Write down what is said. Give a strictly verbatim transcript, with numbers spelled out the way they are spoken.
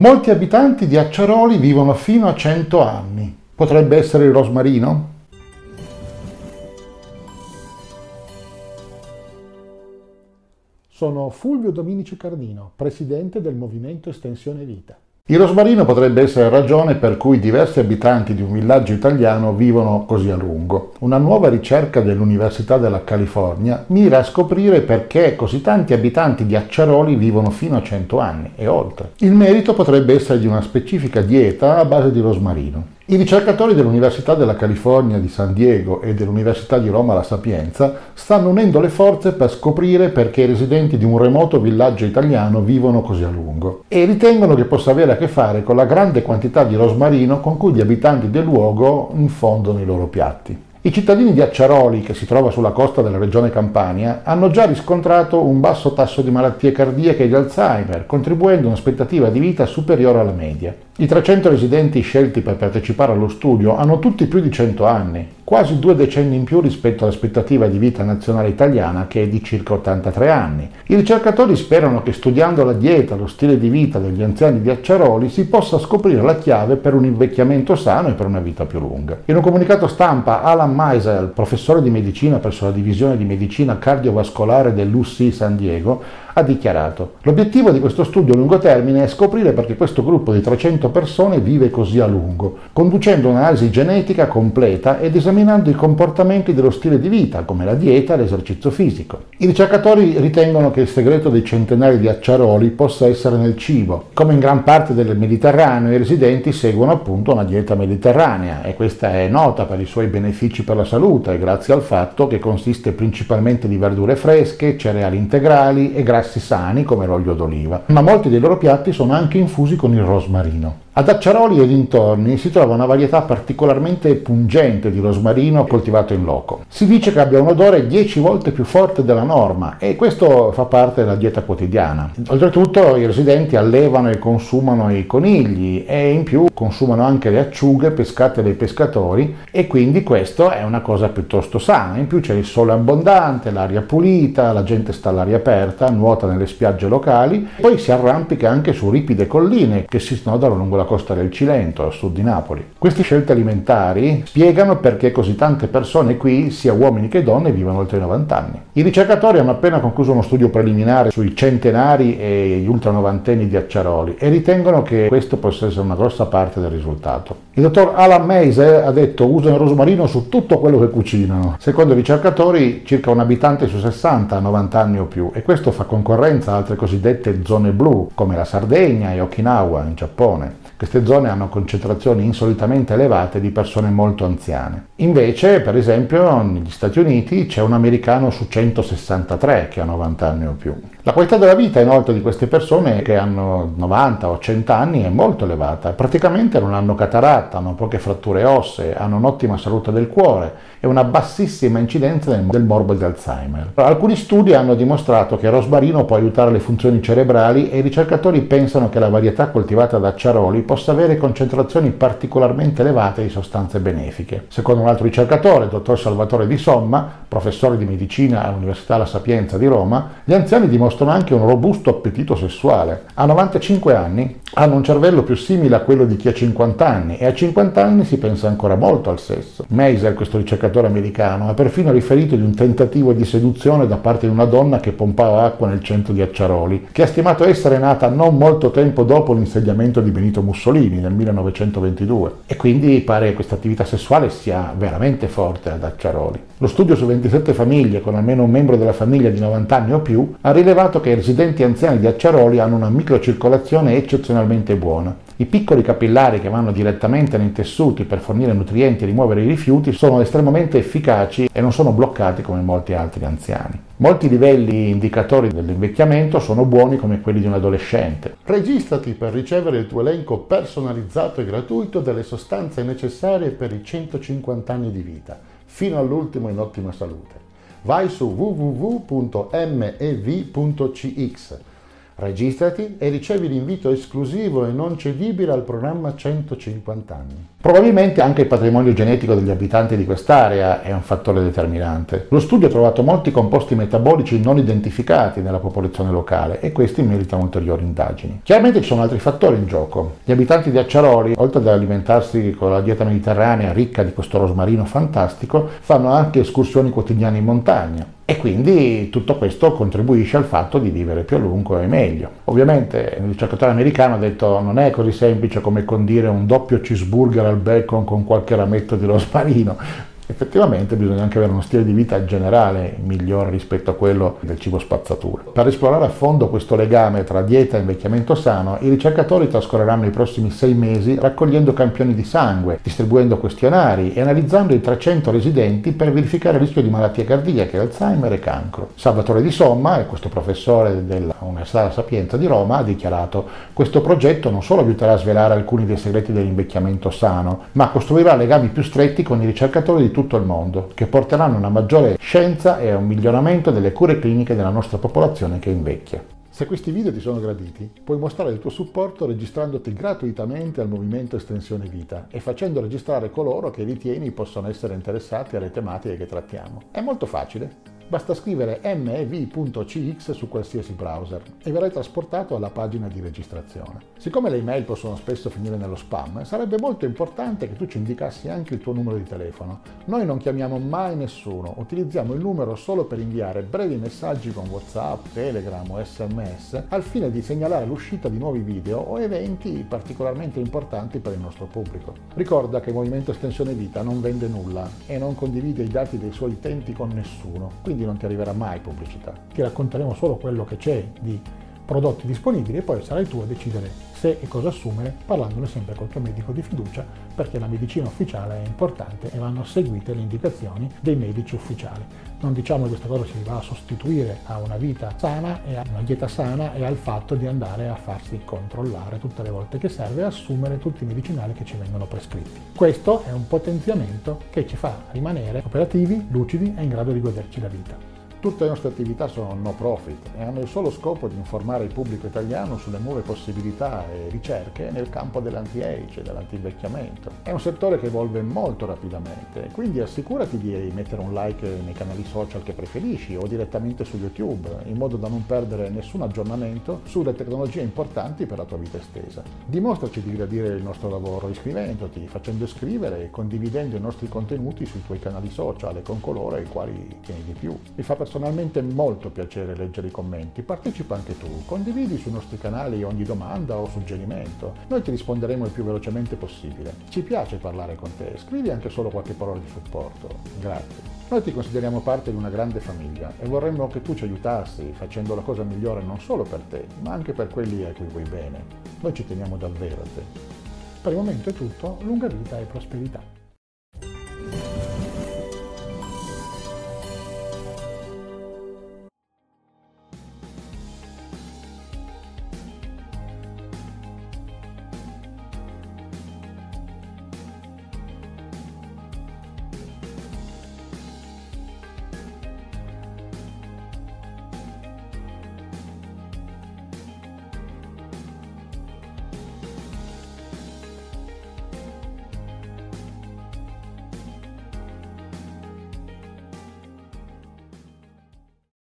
Molti abitanti di Acciaroli vivono fino a cento anni. Potrebbe essere il rosmarino? Sono Fulvio Dominici Cardino, presidente del Movimento Estensione Vita. Il rosmarino potrebbe essere la ragione per cui diversi abitanti di un villaggio italiano vivono così a lungo. Una nuova ricerca dell'Università della California mira a scoprire perché così tanti abitanti di Acciaroli vivono fino a cento anni e oltre. Il merito potrebbe essere di una specifica dieta a base di rosmarino. I ricercatori dell'Università della California di San Diego e dell'Università di Roma La Sapienza stanno unendo le forze per scoprire perché i residenti di un remoto villaggio italiano vivono così a lungo e ritengono che possa avere a che fare con la grande quantità di rosmarino con cui gli abitanti del luogo infondono i loro piatti. I cittadini di Acciaroli, che si trova sulla costa della regione Campania, hanno già riscontrato un basso tasso di malattie cardiache e di Alzheimer, contribuendo a un'aspettativa di vita superiore alla media. I trecento residenti scelti per partecipare allo studio hanno tutti più di cento anni, quasi due decenni in più rispetto all'aspettativa di vita nazionale italiana, che è di circa ottantatré anni. I ricercatori sperano che studiando la dieta, lo stile di vita degli anziani di Acciaroli si possa scoprire la chiave per un invecchiamento sano e per una vita più lunga. In un comunicato stampa, Alan Meisel, professore di medicina presso la divisione di medicina cardiovascolare dell'U C San Diego, ha dichiarato: l'obiettivo di questo studio a lungo termine è scoprire perché questo gruppo di trecento persone vive così a lungo, conducendo un'analisi genetica completa ed esaminando i comportamenti dello stile di vita, come la dieta e l'esercizio fisico. I ricercatori ritengono che il segreto dei centenari di Acciaroli possa essere nel cibo. Come in gran parte del Mediterraneo, i residenti seguono appunto una dieta mediterranea e questa è nota per i suoi benefici per la salute, grazie al fatto che consiste principalmente di verdure fresche, cereali integrali e grassi sani come l'olio d'oliva, ma molti dei loro piatti sono anche infusi con il rosmarino. Ad Acciaroli e dintorni si trova una varietà particolarmente pungente di rosmarino coltivato in loco. Si dice che abbia un odore dieci volte più forte della norma e questo fa parte della dieta quotidiana. Oltretutto i residenti allevano e consumano i conigli e in più consumano anche le acciughe pescate dai pescatori e quindi questo è una cosa piuttosto sana. In più c'è il sole abbondante, l'aria pulita, la gente sta all'aria aperta, nuota nelle spiagge locali, poi si arrampica anche su ripide colline che si snodano lungo la costa del Cilento, a sud di Napoli. Queste scelte alimentari spiegano perché così tante persone qui, sia uomini che donne, vivono oltre i novanta anni. I ricercatori hanno appena concluso uno studio preliminare sui centenari e gli ultranovantenni di Acciaroli e ritengono che questo possa essere una grossa parte del risultato. Il dottor Alan Meisel ha detto: usano il rosmarino su tutto quello che cucinano. Secondo i ricercatori, circa un abitante su sessanta ha novanta anni o più e questo fa concorrenza a altre cosiddette zone blu, come la Sardegna e Okinawa in Giappone. Queste zone hanno concentrazioni insolitamente elevate di persone molto anziane. Invece, per esempio, negli Stati Uniti c'è un americano su centosessantatré che ha novanta anni o più. La qualità della vita, inoltre, di queste persone che hanno novanta o cento anni è molto elevata. Praticamente non hanno cataratta, hanno poche fratture ossee, hanno un'ottima salute del cuore e una bassissima incidenza del morbo di Alzheimer. Alcuni studi hanno dimostrato che il rosmarino può aiutare le funzioni cerebrali e i ricercatori pensano che la varietà coltivata da Acciaroli possa avere concentrazioni particolarmente elevate di sostanze benefiche. Secondo un altro ricercatore, il dottor Salvatore Di Somma, professore di medicina all'Università La Sapienza di Roma, gli anziani dimostrano anche un robusto appetito sessuale. A novantacinque anni hanno un cervello più simile a quello di chi ha cinquanta anni e a cinquanta anni si pensa ancora molto al sesso. Meisel, questo ricercatore americano, ha perfino riferito di un tentativo di seduzione da parte di una donna che pompava acqua nel centro di Acciaroli, che ha stimato essere nata non molto tempo dopo l'insediamento di Benito Mussolini nel millenovecentoventidue e quindi pare che questa attività sessuale sia veramente forte ad Acciaroli. Lo studio su ventisette famiglie con almeno un membro della famiglia di novanta anni o più ha rilevato che i residenti anziani di Acciaroli hanno una microcircolazione eccezionalmente buona. I piccoli capillari che vanno direttamente nei tessuti per fornire nutrienti e rimuovere i rifiuti sono estremamente efficaci e non sono bloccati come molti altri anziani. Molti livelli indicatori dell'invecchiamento sono buoni come quelli di un adolescente. Registrati per ricevere il tuo elenco personalizzato e gratuito delle sostanze necessarie per i centocinquanta anni di vita, fino all'ultimo in ottima salute. Vai su w w w punto m e v punto c x, registrati e ricevi l'invito esclusivo e non cedibile al programma centocinquanta anni. Probabilmente anche il patrimonio genetico degli abitanti di quest'area è un fattore determinante. Lo studio ha trovato molti composti metabolici non identificati nella popolazione locale e questi meritano ulteriori indagini. Chiaramente ci sono altri fattori in gioco. Gli abitanti di Acciaroli, oltre ad alimentarsi con la dieta mediterranea ricca di questo rosmarino fantastico, fanno anche escursioni quotidiane in montagna. E quindi tutto questo contribuisce al fatto di vivere più a lungo e meglio. Ovviamente il ricercatore americano ha detto non è così semplice come condire un doppio cheeseburger al bacon con qualche rametto di rosmarino. Effettivamente bisogna anche avere uno stile di vita generale migliore rispetto a quello del cibo spazzatura. Per esplorare a fondo questo legame tra dieta e invecchiamento sano, i ricercatori trascorreranno i prossimi sei mesi raccogliendo campioni di sangue, distribuendo questionari e analizzando i trecento residenti per verificare il rischio di malattie cardiache, Alzheimer e cancro. Salvatore Di Somma, questo professore dell'Università La Sapienza di Roma, ha dichiarato: questo progetto non solo aiuterà a svelare alcuni dei segreti dell'invecchiamento sano, ma costruirà legami più stretti con i ricercatori di tutto tutto il mondo, che porteranno a una maggiore scienza e a un miglioramento delle cure cliniche della nostra popolazione che invecchia. Se questi video ti sono graditi, puoi mostrare il tuo supporto registrandoti gratuitamente al Movimento Estensione Vita e facendo registrare coloro che ritieni possano essere interessati alle tematiche che trattiamo. È molto facile. Basta scrivere m e v punto c x su qualsiasi browser e verrai trasportato alla pagina di registrazione. Siccome le email possono spesso finire nello spam, sarebbe molto importante che tu ci indicassi anche il tuo numero di telefono. Noi non chiamiamo mai nessuno, utilizziamo il numero solo per inviare brevi messaggi con WhatsApp, Telegram o S M S al fine di segnalare l'uscita di nuovi video o eventi particolarmente importanti per il nostro pubblico. Ricorda che il Movimento Estensione Vita non vende nulla e non condivide i dati dei suoi utenti con nessuno, quindi non ti arriverà mai pubblicità. Ti racconteremo solo quello che c'è di prodotti disponibili e poi sarai tu a decidere se e cosa assumere, parlandone sempre col tuo medico di fiducia, perché la medicina ufficiale è importante e vanno seguite le indicazioni dei medici ufficiali. Non diciamo che questa cosa si va a sostituire a una vita sana e a una dieta sana e al fatto di andare a farsi controllare tutte le volte che serve e assumere tutti i medicinali che ci vengono prescritti. Questo è un potenziamento che ci fa rimanere operativi, lucidi e in grado di goderci la vita. Tutte le nostre attività sono no profit e hanno il solo scopo di informare il pubblico italiano sulle nuove possibilità e ricerche nel campo dell'anti-age e dell'antivecchiamento. È un settore che evolve molto rapidamente, quindi assicurati di mettere un like nei canali social che preferisci o direttamente su YouTube, in modo da non perdere nessun aggiornamento sulle tecnologie importanti per la tua vita estesa. Dimostraci di gradire il nostro lavoro iscrivendoti, facendo iscrivere e condividendo i nostri contenuti sui tuoi canali social e con coloro ai quali tieni di più. Mi fa personalmente molto piacere leggere i commenti, partecipa anche tu, condividi sui nostri canali ogni domanda o suggerimento, noi ti risponderemo il più velocemente possibile. Ci piace parlare con te, scrivi anche solo qualche parola di supporto, grazie. Noi ti consideriamo parte di una grande famiglia e vorremmo che tu ci aiutassi facendo la cosa migliore non solo per te, ma anche per quelli a cui vuoi bene. Noi ci teniamo davvero a te. Per il momento è tutto, lunga vita e prosperità.